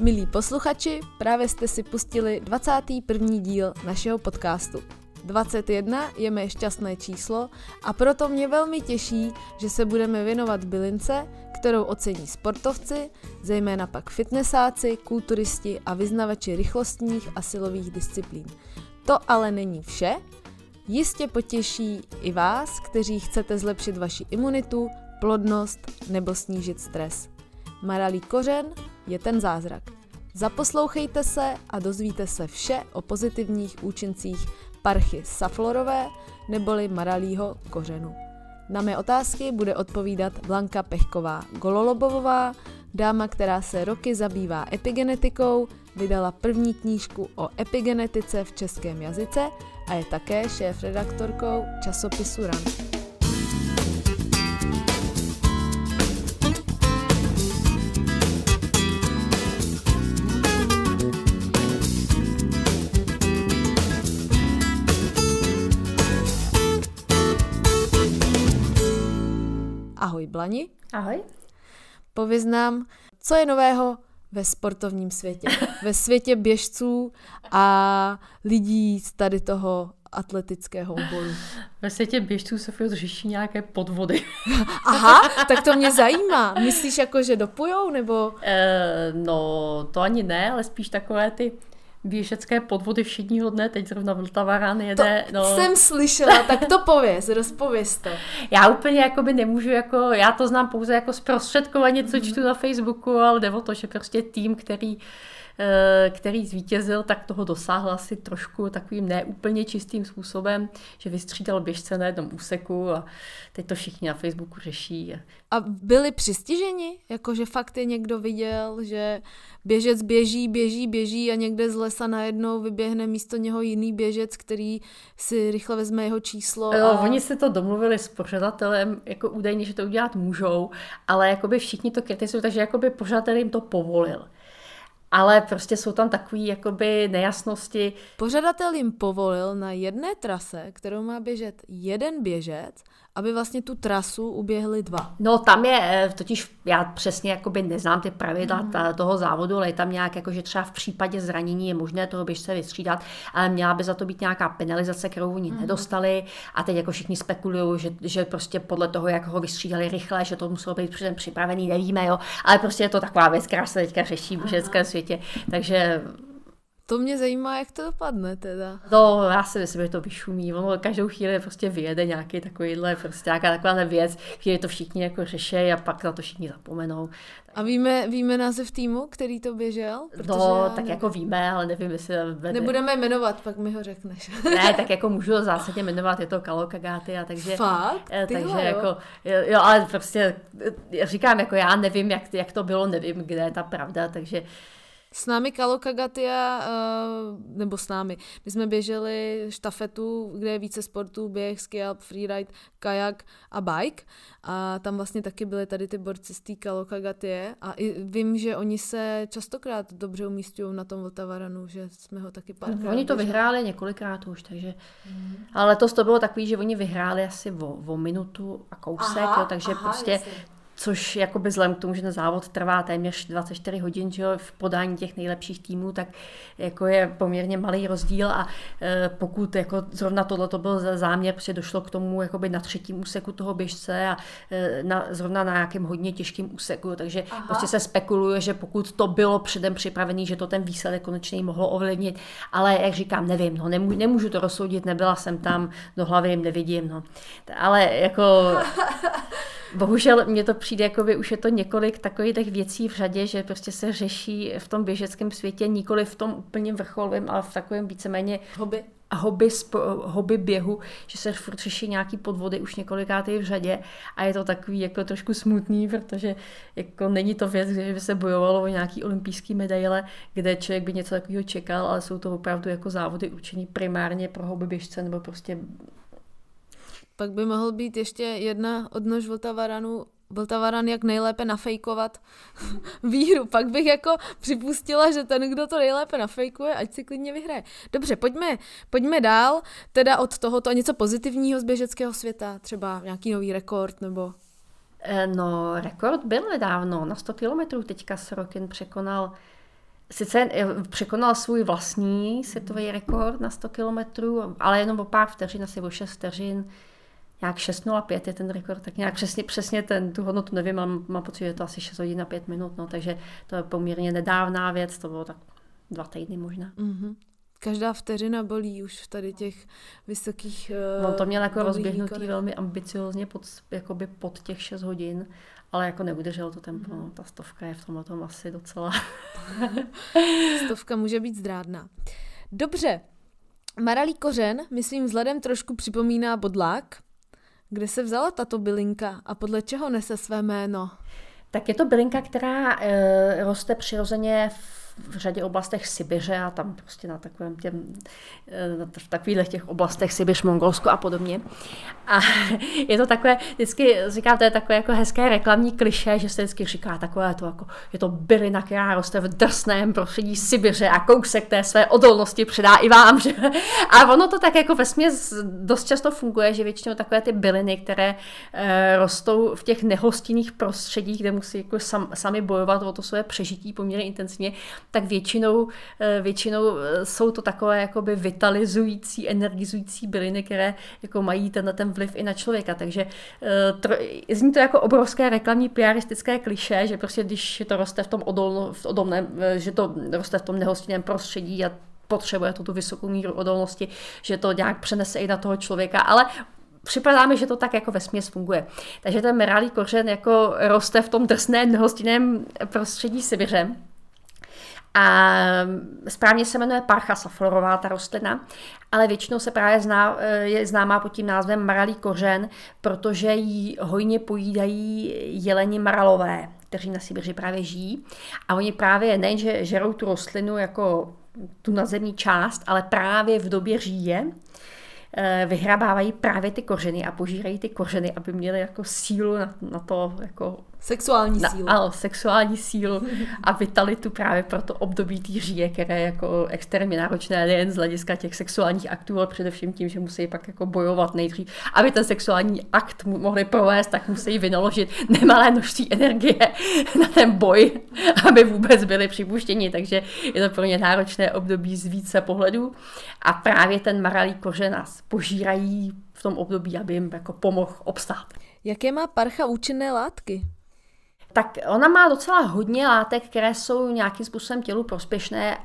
Milí posluchači, právě jste si pustili 21. díl našeho podcastu. 21 je mé šťastné číslo a proto mě velmi těší, že se budeme věnovat bylince, kterou ocení sportovci, zejména pak fitnessáci, kulturisti a vyznavači rychlostních a silových disciplín. To ale není vše. Jistě potěší i vás, kteří chcete zlepšit vaši imunitu, plodnost nebo snížit stres. Maralí kořen je ten zázrak. Zaposlouchejte se a dozvíte se vše o pozitivních účincích parchy saflorové neboli maralího kořenu. Na mé otázky bude odpovídat Blanka Pechková-Gololobová, dáma, která se roky zabývá epigenetikou, vydala první knížku o epigenetice v českém jazyce a je také šéfredaktorkou časopisu RAN. Ahoj Blani. Ahoj. Pověz nám, co je nového ve sportovním světě, ve světě běžců a lidí z tady toho atletického oboru. Ve světě běžců se furt řeší nějaké podvody. Aha, tak to mě zajímá. Myslíš jako, že dopujou, nebo? No, to ani ne, ale spíš takové ty běžecké podvody všedního dne, teď zrovna Vltava RAN jede. To jsem slyšela, tak to rozpověz to. Já úplně jakoby nemůžu, já to znám pouze jako zprostředkovaně, co čtu na Facebooku, ale jde o to, že prostě tým, který zvítězil, tak toho dosáhl asi trošku takovým neúplně čistým způsobem, že vystřídal běžce na jednom úseku a teď to všichni na Facebooku řeší. A byli přistiženi? Jakože fakt je někdo viděl, že běžec běží a někde z lesa najednou vyběhne místo něho jiný běžec, který si rychle vezme jeho číslo. No, oni si to domluvili s pořadatelem, jako údajně, že to udělat můžou, ale jakoby všichni to kritizují, takže jakoby pořadatel jim to povolil. Ale prostě jsou tam takový jakoby nejasnosti. Pořadatel jim povolil na jedné trase, kterou má běžet jeden běžec, aby vlastně tu trasu uběhli dva. No tam je, totiž já přesně jakoby neznám ty pravidla toho závodu, ale je tam nějak jako, že třeba v případě zranění je možné toho běžce vystřídat, ale měla by za to být nějaká penalizace, kterou oni nedostali a teď jako všichni spekulují, že prostě podle toho, jak ho vystřídali rychle, že to muselo být předem připravený, nevíme, jo, ale prostě je to taková věc, která se teďka řeší v běžeckém světě, takže to mě zajímá, jak to dopadne teda. No, já si myslím, že to vyšumí. Ono každou chvíli prostě vyjede nějaký takovýhle, prostě nějaká taková věc, chvíli to všichni jako řeší a pak na to všichni zapomenou. A víme název týmu, který to běžel? No, tak jako víme, ale nevím, jestli nebudeme jmenovat, pak mi ho řekneš. Ne, tak jako můžu ho zásadně jmenovat, je to Kalo Kagaty a takže... Fakt? Takže jako, jo, ale prostě říkám, jako já nevím, jak to bylo, nevím, kde je ta pravda, takže... S námi Kalo Kagatia, nebo s námi, my jsme běželi štafetu, kde je více sportů, běh, ski alp, freeride, kajak a bike. A tam vlastně taky byly tady ty borci z té Kalo Kagatie. A i vím, že oni se častokrát dobře umísťují na tom Vltava RANu, že jsme ho taky párkrát. Oni to vyhráli několikrát už, takže... Ale letos to bylo takový, že oni vyhráli asi o minutu a kousek, takže prostě... Jasně. Což jakoby vzhledem k tomu, že ten závod trvá téměř 24 hodin, že jo, v podání těch nejlepších týmů, tak jako je poměrně malý rozdíl a pokud jako zrovna tohleto byl záměr, protože došlo k tomu jakoby na třetím úseku toho běžce a zrovna na nějakém hodně těžkém úseku, takže prostě se spekuluje, že pokud to bylo předem připravený, že to ten výsledek konečně mohlo ovlivnit, ale jak říkám, nevím, no, nemůžu to rozsoudit, nebyla jsem tam, do hlavy jim nevidím, no. Ale jako... Bohužel mně to přijde, jakoby už je to několik takových těch věcí v řadě, že prostě se řeší v tom běžeckém světě, nikoli v tom úplně vrcholovém, ale v takovém víceméně hobby běhu, že se furt řeší nějaký podvody už několikátý v řadě a je to takový jako trošku smutný, protože jako není to věc, že by se bojovalo o nějaký olympijský medaile, kde člověk by něco takového čekal, ale jsou to opravdu jako závody určený primárně pro hobby běžce nebo prostě. Pak by mohl být ještě jedna odnož Vltava RAN, jak nejlépe nafejkovat výhru. Pak bych jako připustila, že ten, kdo to nejlépe nafejkuje, ať si klidně vyhraje. Dobře, pojďme dál, teda od tohoto něco pozitivního z běžeckého světa, třeba nějaký nový rekord nebo... No, rekord byl nedávno, na 100 kilometrů teďka Sorokin překonal sice překonal svůj vlastní světový rekord na 100 kilometrů, ale jenom o pár vteřin, asi o 6 vteřin, nějak 6:05 je ten rekord, tak nějak přesně tu hodnotu nevím, ale mám pocit, že je to asi 6 hodin a 5 minut, no, takže to je poměrně nedávná věc, to bylo tak 2 týdny možná. Mm-hmm. Každá vteřina bolí už v tady těch vysokých... On to měl jako rozběhnutý velmi ambiciozně pod těch 6 hodin, ale jako neudržel to tempo. No, ta 100 je v tomhle tom asi docela... 100 může být zdrádná. Dobře. Maralí kořen, myslím, vzhledem trošku připomíná bodlák. Kde se vzala tato bylinka a podle čeho nese své jméno? Tak je to bylinka, která roste přirozeně v řadě oblastech Sibiře a tam prostě na v takových těch oblastech Sibiř, Mongolsko a podobně. A je to takové, vždycky říkám, to je takové jako hezké reklamní klišé, že se vždycky říká takové to jako, je to bylina, která roste v drsném prostředí Sibiře a kousek té své odolnosti přidá i vám, že? A ono to tak jako vesměs dost často funguje, že většinou takové ty byliny, které rostou v těch nehostinných prostředích, kde musí jako sami bojovat o to své přežití poměrně intenzivně, tak většinou jsou to takové jakoby vitalizující, energizující byliny, které jako mají ten vliv i na člověka. Takže zní to jako obrovské reklamní piaristické klišé, že prostě když to roste v tom že to roste v tom nehostinném prostředí a potřebuje tu vysokou míru odolnosti, že to nějak přenese i na toho člověka, ale připadá mi, že to tak jako vesměs funguje. Takže ten maralí kořen jako roste v tom drsném nehostinném prostředí Sibiře. A správně se jmenuje Parcha safflorová, ta rostlina, ale většinou se právě je známá pod tím názvem maralí kořen, protože ji hojně pojídají jeleni maralové, kteří na Sibiři právě žijí. A oni právě nejenže žerou tu rostlinu jako tu nazemní část, ale právě v době říje vyhrabávají právě ty kořeny a požírají ty kořeny, aby měli jako sílu na to jako... Sexuální sílu. Ano, sexuální sílu a vitalitu právě pro to období té říje, které je jako extrémně náročné nejen z hlediska těch sexuálních aktů, ale především tím, že musí pak jako bojovat nejdřív. Aby ten sexuální akt mohli provést, tak musí vynaložit nemalé množství energie na ten boj, aby vůbec byli připuštěni. Takže je to pro ně náročné období z více pohledů. A právě ten maralí kořen nás požírají v tom období, aby jim jako pomohl obstát. Jaké má parcha účinné látky? Tak ona má docela hodně látek, které jsou nějakým způsobem tělu prospěšné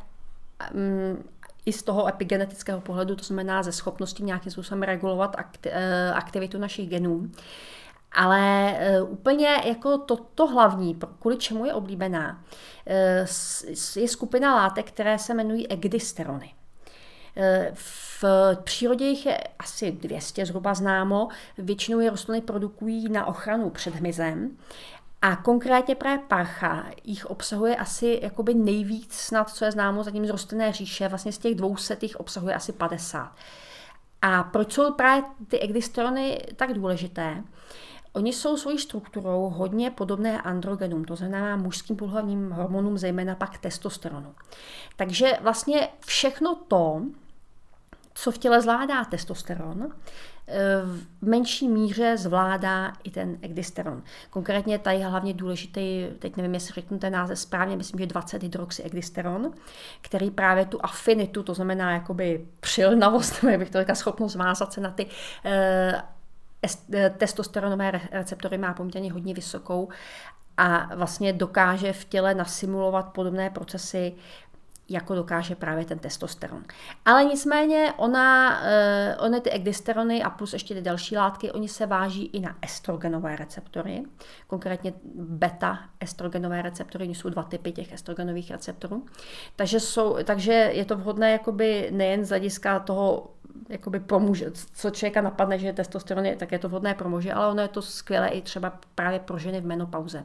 i z toho epigenetického pohledu, to znamená ze schopnosti nějakým způsobem regulovat aktivitu našich genů. Ale úplně jako to hlavní, kvůli čemu je oblíbená, je skupina látek, které se jmenují egdysterony. V přírodě jich je asi 200 zhruba známo, většinou je rostliny produkují na ochranu před hmyzem a konkrétně právě parcha jich obsahuje asi jakoby nejvíc snad, co je známo zatím z rostlinné říše, vlastně z těch 200 jich obsahuje asi 50. A proč jsou právě ty egdysterony tak důležité? Oni jsou svojí strukturou hodně podobné androgenům, to znamená mužským pohlavním hormonům, zejména pak testosteronu. Takže vlastně všechno to, co v těle zvládá testosteron, v menší míře zvládá i ten egdysteron. Konkrétně tady je hlavně důležitý, teď nevím, jestli řeknu ten název správně, myslím, že 20-hydroxyegdysteron, který právě tu afinitu, to znamená jakoby přilnavost, bych to říkal, schopnost vázat se na ty testosteronové receptory má poměrně hodně vysokou a vlastně dokáže v těle nasimulovat podobné procesy, jako dokáže právě ten testosteron. Ale nicméně ony ty egdysterony a plus ještě ty další látky, oni se váží i na estrogenové receptory, konkrétně beta-estrogenové receptory, oni jsou 2 typy těch estrogenových receptorů. Takže je to vhodné jakoby nejen z hlediska toho, jakoby pro muže, co člověka napadne, že je testosteron, tak je to vhodné pro muže, ale ono je to skvělé i třeba právě pro ženy v menopauze.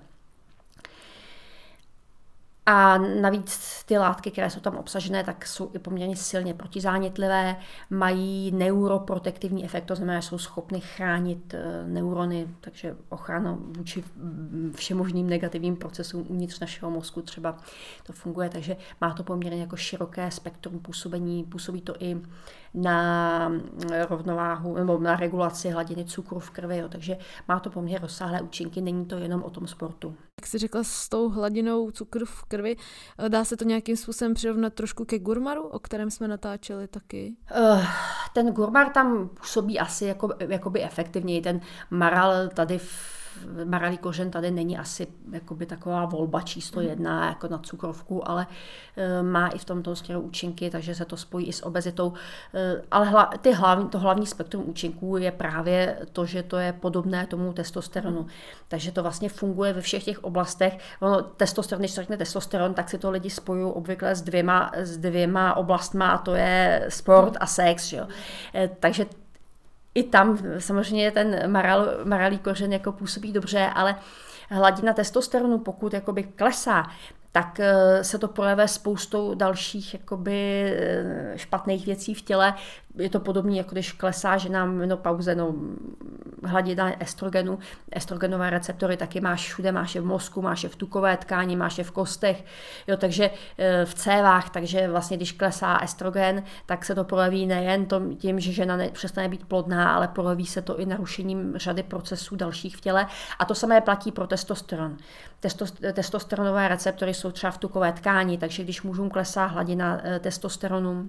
A navíc ty látky, které jsou tam obsažené, tak jsou i poměrně silně protizánětlivé, mají neuroprotektivní efekt, to znamená, že jsou schopny chránit neurony, takže ochrana vůči všemožným negativním procesům uvnitř našeho mozku třeba to funguje, takže má to poměrně jako široké spektrum působení, působí to i na rovnováhu nebo na regulaci hladiny cukru v krvi, takže má to poměrně rozsáhlé účinky, není to jenom o tom sportu. Jak jsi řekla, s tou hladinou cukru v krvi, dá se to nějakým způsobem přirovnat trošku ke gurmaru, o kterém jsme natáčeli taky? Ten gurmar tam působí asi jakoby efektivněji. Ten maral tady maralí kořen tady není asi jakoby taková volba číslo 1 jako na cukrovku, ale má i v tomto směru účinky, takže se to spojí i s obezitou. Ale to hlavní spektrum účinků je právě to, že to je podobné tomu testosteronu. Takže to vlastně funguje ve všech těch oblastech. Testosteron, když se řekne testosteron, tak si to lidi spojují obvykle s dvěma oblastma, a to je sport a sex. Že jo? Takže i tam samozřejmě ten maralí kořen jako působí dobře, ale hladina testosteronu, pokud jakoby klesá, tak se to projevuje spoustou dalších jakoby špatných věcí v těle. Je to podobné, jako když klesá ženám menopauze, hladina estrogenu, estrogenové receptory taky máš všude, máš je v mozku, máš je v tukové tkáni, máš je v kostech, jo, takže v cévách, takže vlastně když klesá estrogen, tak se to projeví nejen tím, že žena přestane být plodná, ale projeví se to i narušením řady procesů dalších v těle. A to samé platí pro testosteron. Testosteronové receptory jsou třeba v tukové tkáni, takže když mužům klesá hladina testosteronu,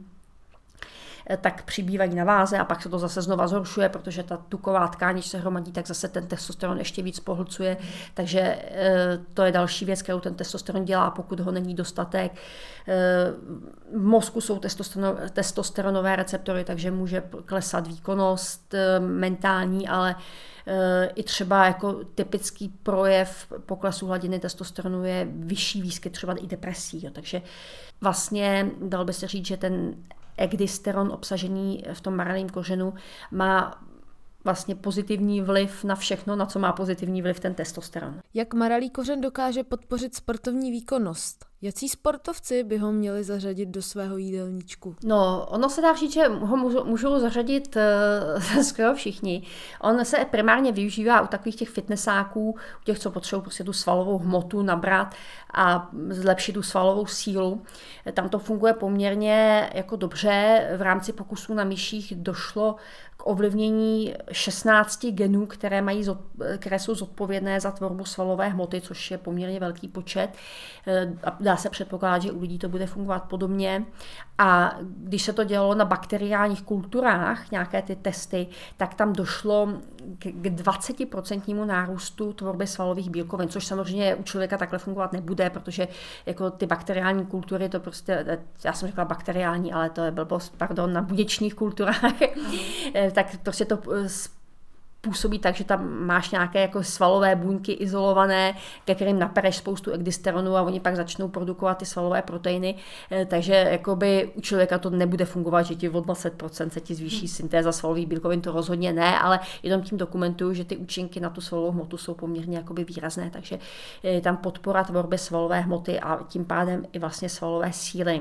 tak přibývají na váze a pak se to zase znova zhoršuje, protože ta tuková tkáň, když se hromadí, tak zase ten testosteron ještě víc pohlcuje. Takže to je další věc, kterou ten testosteron dělá, pokud ho není dostatek. V mozku jsou testosteronové receptory, takže může klesat výkonnost mentální, ale i třeba jako typický projev poklesu hladiny testosteronu je vyšší výskyt třeba i depresí. Jo. Takže vlastně dalo by se říct, že ten egdisteron obsažený v tom maralím kořenu má vlastně pozitivní vliv na všechno, na co má pozitivní vliv ten testosteron. Jak maralí kořen dokáže podpořit sportovní výkonnost? Jací sportovci by ho měli zařadit do svého jídelníčku? No, ono se dá říct, že ho můžou zařadit skoro všichni. On se primárně využívá u takových těch fitnessáků, u těch, co potřebují prostě tu svalovou hmotu nabrat a zlepšit tu svalovou sílu. Tam to funguje poměrně jako dobře. V rámci pokusů na myších došlo k ovlivnění 16 genů, které jsou zodpovědné za tvorbu svalové hmoty, což je poměrně velký počet. Dá se předpokládat, že u lidí to bude fungovat podobně. A když se to dělalo na bakteriálních kulturách, nějaké ty testy, tak tam došlo k 20% nárůstu tvorby svalových bílkovin, což samozřejmě u člověka takhle fungovat nebude, protože jako ty bakteriální kultury, to prostě, já jsem řekla bakteriální, ale to je blbost, pardon, na buněčných kulturách, tak prostě to působí tak, že tam máš nějaké jako svalové buňky izolované, ke kterým napereš spoustu egdisteronu a oni pak začnou produkovat ty svalové proteiny, takže jakoby u člověka to nebude fungovat, že ti o 20% se ti zvýší syntéza svalových bílkovin, to rozhodně ne, ale jenom tím dokumentuju, že ty účinky na tu svalovou hmotu jsou poměrně jakoby výrazné, takže je tam podpora tvorby svalové hmoty a tím pádem i vlastně svalové síly.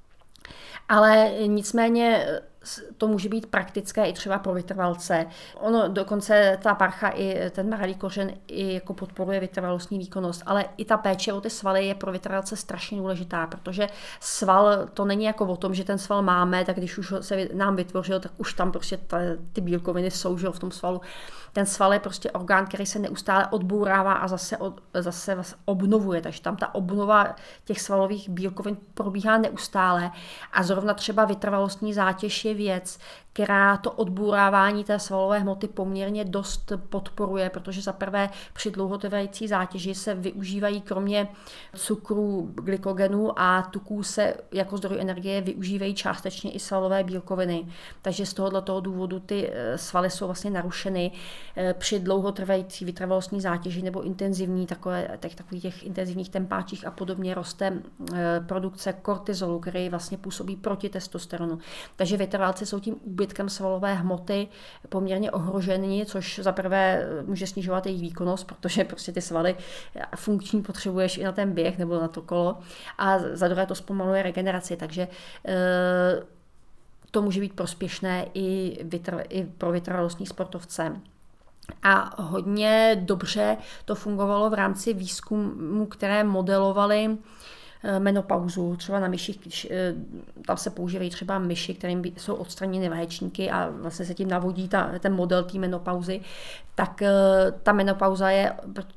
Ale nicméně to může být praktické i třeba pro vytrvalce. Ono dokonce ta parcha i ten maralí kořen i jako podporuje vytrvalostní výkonnost, ale i ta péče o ty svaly je pro vytrvalce strašně důležitá, protože sval to není jako o tom, že ten sval máme, tak když už se nám vytvořil, tak už tam prostě ty bílkoviny jsou, že v tom svalu. Ten sval je prostě orgán, který se neustále odbourává a zase obnovuje, takže tam ta obnova těch svalových bílkovin probíhá neustále a zrovna třeba vytrvalostní zátěž je věc, která to odbourávání té svalové hmoty poměrně dost podporuje, protože za prvé při dlouhotrvající zátěži se využívají kromě cukru, glykogenu a tuků se jako zdroj energie využívají částečně i svalové bílkoviny. Takže z tohoto důvodu ty svaly jsou vlastně narušeny. Při dlouhotrvající vytrvalostní zátěži nebo intenzivní takových těch intenzivních tempáčích a podobně roste produkce kortizolu, který vlastně působí proti testosteronu. Takže vytrvalci jsou tím úbytkem svalové hmoty poměrně ohrožený, což zaprvé může snižovat jejich výkonnost, protože prostě ty svaly funkční potřebuješ i na ten běh nebo na to kolo a za druhé to zpomaluje regeneraci, takže to může být prospěšné i pro vytrvalostní sportovce. A hodně dobře to fungovalo v rámci výzkumů, které modelovaly menopauzu, třeba na myších, tam se používají třeba myši, kterým jsou odstraněny vaječníky a vlastně se tím navodí ten model té menopauzy, tak ta menopauza je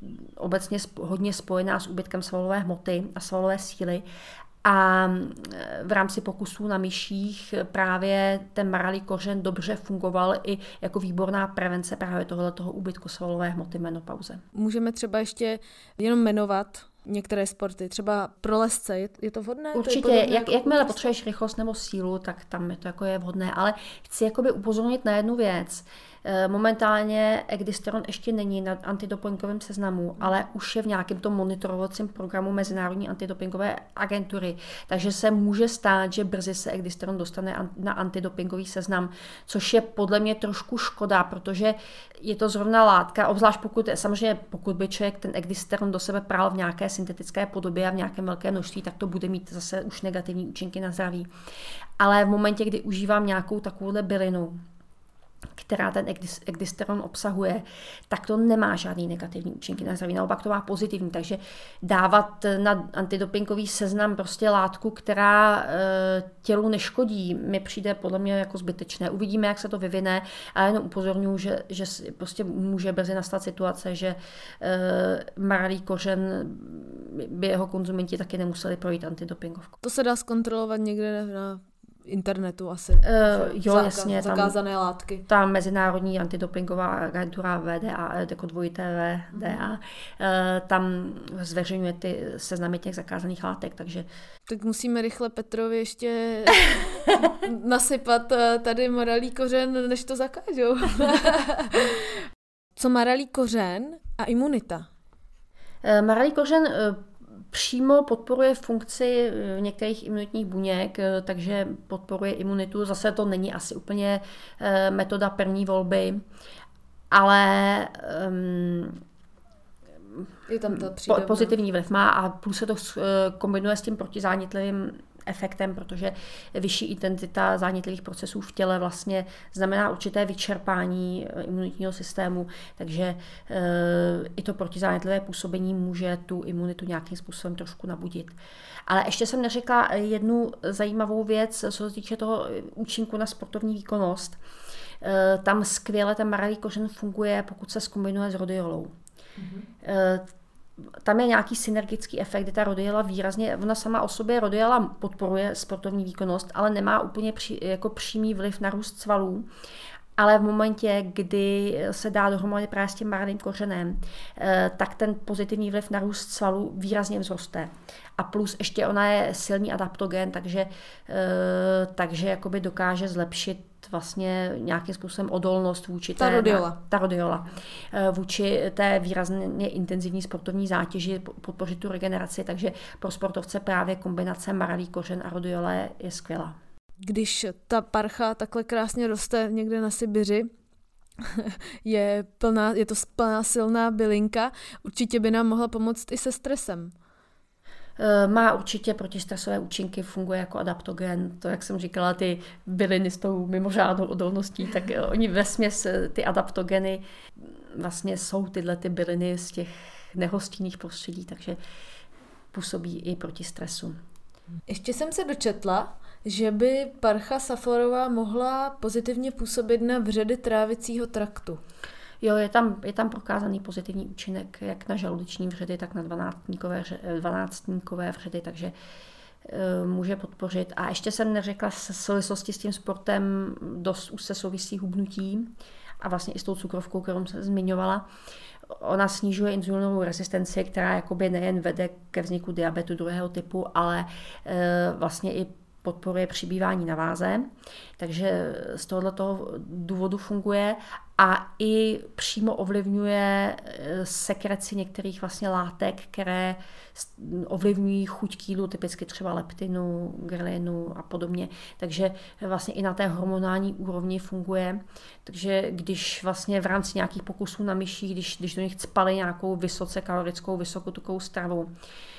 obecně hodně spojená s úbytkem svalové hmoty a svalové síly. A v rámci pokusů na myších právě ten maralý kořen dobře fungoval i jako výborná prevence právě tohoto úbytku svalové hmoty v menopauze. Můžeme třeba ještě jenom jmenovat některé sporty, třeba pro lesce, je to vhodné? Určitě, jakmile potřebuješ rychlost nebo sílu, tak tam je to jako je vhodné, ale chci jakoby upozornit na jednu věc. Momentálně egdisteron ještě není na antidopingovém seznamu, ale už je v nějakém tom monitorovacím programu Mezinárodní antidopingové agentury. Takže se může stát, že brzy se egdisteron dostane na antidopingový seznam, což je podle mě trošku škoda, protože je to zrovna látka, obzvlášť pokud by člověk ten egdisteron do sebe pral v nějaké syntetické podobě a v nějakém velkém množství, tak to bude mít zase už negativní účinky na zdraví. Ale v momentě, kdy užívám nějakou takovouhle bylinu, která ten egdisteron obsahuje, tak to nemá žádný negativní účinky na zdraví, naopak to má pozitivní, takže dávat na antidopingový seznam prostě látku, která tělu neškodí, mi přijde podle mě jako zbytečné. Uvidíme, jak se to vyvine, ale jenom upozorňuji, že prostě může brzy nastat situace, že maralý kořen by jeho konzumenti taky nemuseli projít antidopingovku. To se dá zkontrolovat někde na internetu asi. Jo, jasně. Zakázané látky. Ta Mezinárodní antidopingová agentura VDA, jako dvojité VDA, tam zveřejňuje ty seznamy těch zakázaných látek, takže... Tak musíme rychle Petrovi ještě nasypat tady maralý kořen, než to zakážou. Co maralý kořen a imunita? Maralý kořen přímo podporuje funkci některých imunitních buněk, takže podporuje imunitu. Zase to není asi úplně metoda první volby, ale je tam to pozitivní vliv má a plus se to kombinuje s tím protizánětlivým efektem, protože vyšší intenzita zánětlivých procesů v těle vlastně znamená určité vyčerpání imunitního systému, takže i to protizánětlivé působení může tu imunitu nějakým způsobem trošku nabudit. Ale ještě jsem neřekla jednu zajímavou věc, co se týče toho účinku na sportovní výkonnost. Tam skvěle ten maralý kořen funguje, pokud se zkombinuje s rhodiolou. Tam je nějaký synergický efekt, kdy ta rhodiola výrazně, ona sama o sobě rhodiola podporuje sportovní výkonnost, ale nemá úplně jako přímý vliv na růst svalů. Ale v momentě, kdy se dá dohromady právě s tím maralým kořenem, tak ten pozitivní vliv na růst svalů výrazně vzroste. A plus ještě ona je silný adaptogen, takže jakoby dokáže zlepšit vlastně nějakým způsobem odolnost vůči ta rhodiola. Vůči té výrazně intenzivní sportovní zátěži, podpořit tu regeneraci, takže pro sportovce právě kombinace maralý kořen a rhodiola je skvělá. Když ta parcha takhle krásně roste někde na Sibiři, je to plná silná bylinka, určitě by nám mohla pomoct i se stresem. Má určitě protistresové účinky, funguje jako adaptogen. To, jak jsem říkala, ty byliny s tou mimořádnou odolností, tak oni vesměs ty adaptogeny vlastně jsou tyhle ty byliny z těch nehostinných prostředí, takže působí i proti stresu. Ještě jsem se dočetla, že by parcha safflorová mohla pozitivně působit na vředy trávicího traktu. Jo, je tam prokázaný pozitivní účinek jak na žaludeční vředy, tak na dvanáctníkové vředy, takže může podpořit. A ještě jsem neřekla v souvislosti s tím sportem dost už se souvisí hubnutí a vlastně i s tou cukrovkou, kterou jsem zmiňovala. Ona snižuje inzulinovou rezistenci, která jakoby nejen vede ke vzniku diabetu druhého typu, ale vlastně i podporuje přibývání na váze, takže z tohoto důvodu funguje a i přímo ovlivňuje sekreci některých vlastně látek, které ovlivňují chuť k jídlu, typicky třeba leptinu, grelinu a podobně. Takže vlastně i na té hormonální úrovni funguje. Takže když vlastně v rámci nějakých pokusů na myších, když do nich cpali nějakou vysoce kalorickou, vysokotukovou stravu,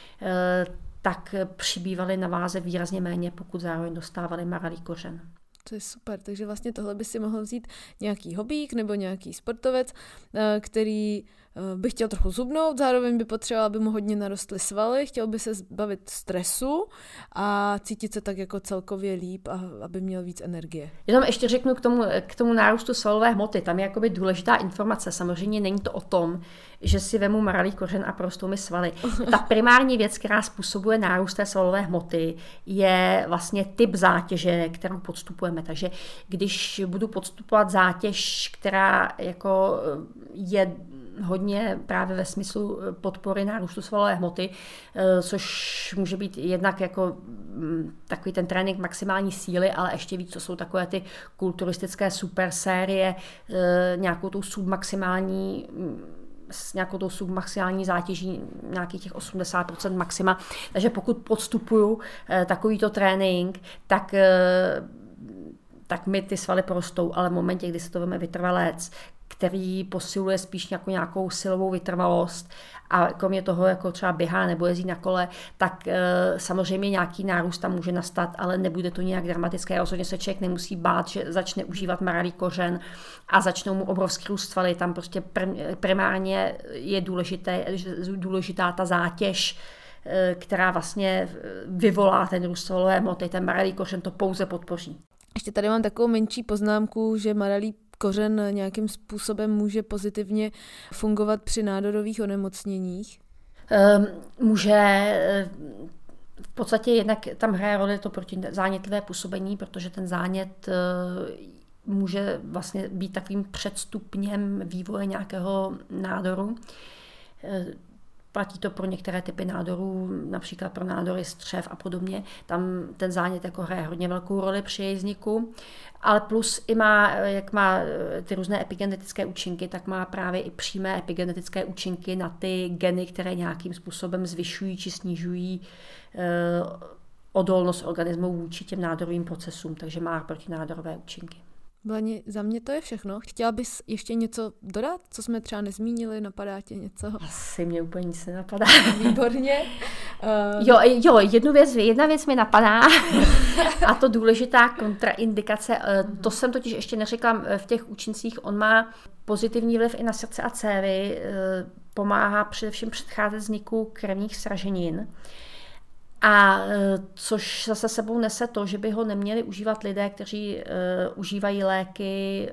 tak přibývaly na váze výrazně méně, pokud zároveň dostávali maralý kořen. To je super, takže vlastně tohle by si mohl vzít nějaký hobík nebo nějaký sportovec, který by chtěl trochu zhubnout, zároveň by potřeboval, aby mu hodně narostly svaly, chtěl by se zbavit stresu a cítit se tak jako celkově líp a aby měl víc energie. Jenom ještě řeknu k tomu nárůstu svalové hmoty. Tam je jakoby důležitá informace. Samozřejmě není to o tom, že si vemu maralý kořen a porostou mi svaly. Ta primární věc, která způsobuje nárůst té svalové hmoty, je vlastně typ zátěže, kterou podstupujeme. Takže když budu podstupovat zátěž, která jako je hodně právě ve smyslu podpory nárůstu svalové hmoty, což může být jednak jako takový ten trénink maximální síly, ale ještě víc, co jsou takové ty kulturistické super série, nějakou tou submaximální zátěží, nějakých těch 80% maxima. Takže pokud podstupuju takovýto trénink, tak mi ty svaly porostou, ale v momentě, kdy se to veme vytrvalec, který posiluje spíš nějakou silovou vytrvalost a kromě toho, jako třeba běhá nebo jezdí na kole, tak samozřejmě nějaký nárůst tam může nastat, ale nebude to nějak dramatické. Rozhodně se člověk nemusí bát, že začne užívat maralý kořen a začnou mu obrovský růst svaly. Tam prostě primárně je důležitá ta zátěž, která vlastně vyvolá ten růst svalové hmoty. Ten maralý kořen to pouze podpoří. Ještě tady mám takovou menší poznámku, že maralý kořen nějakým způsobem může fungovat při nádorových onemocněních? Může. V podstatě jednak tam hraje roli to protizánětlivé působení, protože ten zánět může vlastně být takovým předstupněm vývoje nějakého nádoru. Platí to pro některé typy nádorů, například pro nádory střev a podobně. Tam ten zánět jako hraje hodně velkou roli při jejich vzniku. Ale plus i jak má ty různé epigenetické účinky, tak má právě i přímé epigenetické účinky na ty geny, které nějakým způsobem zvyšují či snižují odolnost organismu vůči těm nádorovým procesům, takže má protinádorové účinky. Blani, za mě to je všechno. Chtěla bys ještě něco dodat, co jsme třeba nezmínili? Napadá tě něco? Asi mě úplně nic nenapadá. Výborně. Jo, jedna věc mi napadá a to důležitá kontraindikace. To jsem totiž ještě neřekla v těch účincích. On má pozitivní vliv i na srdce a cévy, pomáhá především předcházet vzniku krevních sraženin. A což zase sebou nese to, že by ho neměli užívat lidé, kteří užívají léky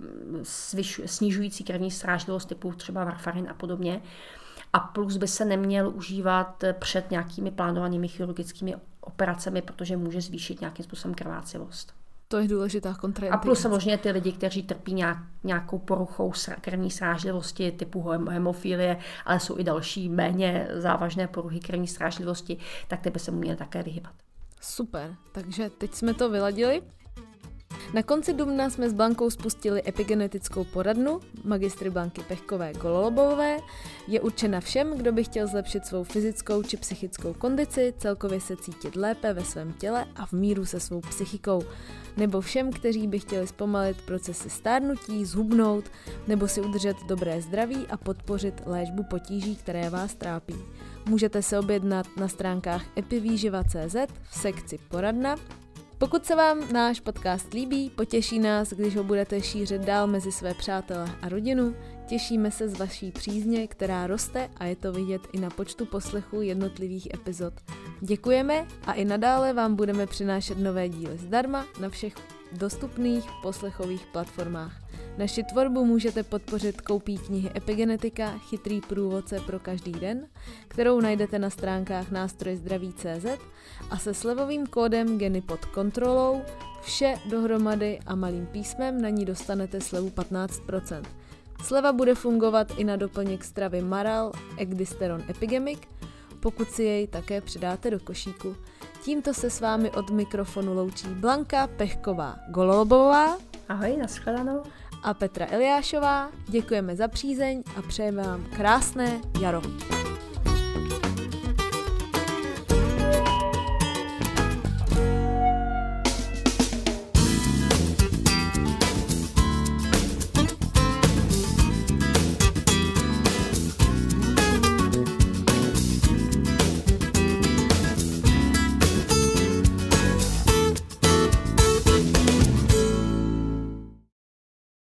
snižující krevní srážlivost typu třeba varfarin a podobně. A plus by se neměl užívat před nějakými plánovanými chirurgickými operacemi, protože může zvýšit nějakým způsobem krvácivost. To je důležitá kontraindikace. A plus samozřejmě ty lidi, kteří trpí nějakou poruchou krevní srážlivosti typu hemofilie, ale jsou i další méně závažné poruchy krevní srážlivosti, tak ty by se mu měly také vyhybat. Super, takže teď jsme to vyladili. Na konci dubna jsme s Blankou spustili epigenetickou poradnu magistry Blanky Pechkové-Gololobové. Je určena všem, kdo by chtěl zlepšit svou fyzickou či psychickou kondici, celkově se cítit lépe ve svém těle a v míru se svou psychikou. Nebo všem, kteří by chtěli zpomalit procesy stárnutí, zhubnout, nebo si udržet dobré zdraví a podpořit léčbu potíží, které vás trápí. Můžete se objednat na stránkách epivýživa.cz v sekci poradna. Pokud se vám náš podcast líbí, potěší nás, když ho budete šířit dál mezi své přátele a rodinu. Těšíme se z vaší přízně, která roste a je to vidět i na počtu poslechů jednotlivých epizod. Děkujeme a i nadále vám budeme přinášet nové díly zdarma na všech dostupných poslechových platformách. Naši tvorbu můžete podpořit koupí knihy Epigenetika, chytrý průvodce pro každý den, kterou najdete na stránkách nástrojezdraví.cz a se slevovým kódem Geny pod kontrolou, vše dohromady a malým písmem na ní dostanete slevu 15%. Sleva bude fungovat i na doplněk stravy Maral Ecdysteron Epigemic, pokud si jej také přidáte do košíku. Tímto se s vámi od mikrofonu loučí Blanka Pechková-Gololobová. Ahoj, nashledanou. A Petra Eliášová. Děkujeme za přízeň a přejeme vám krásné jaro.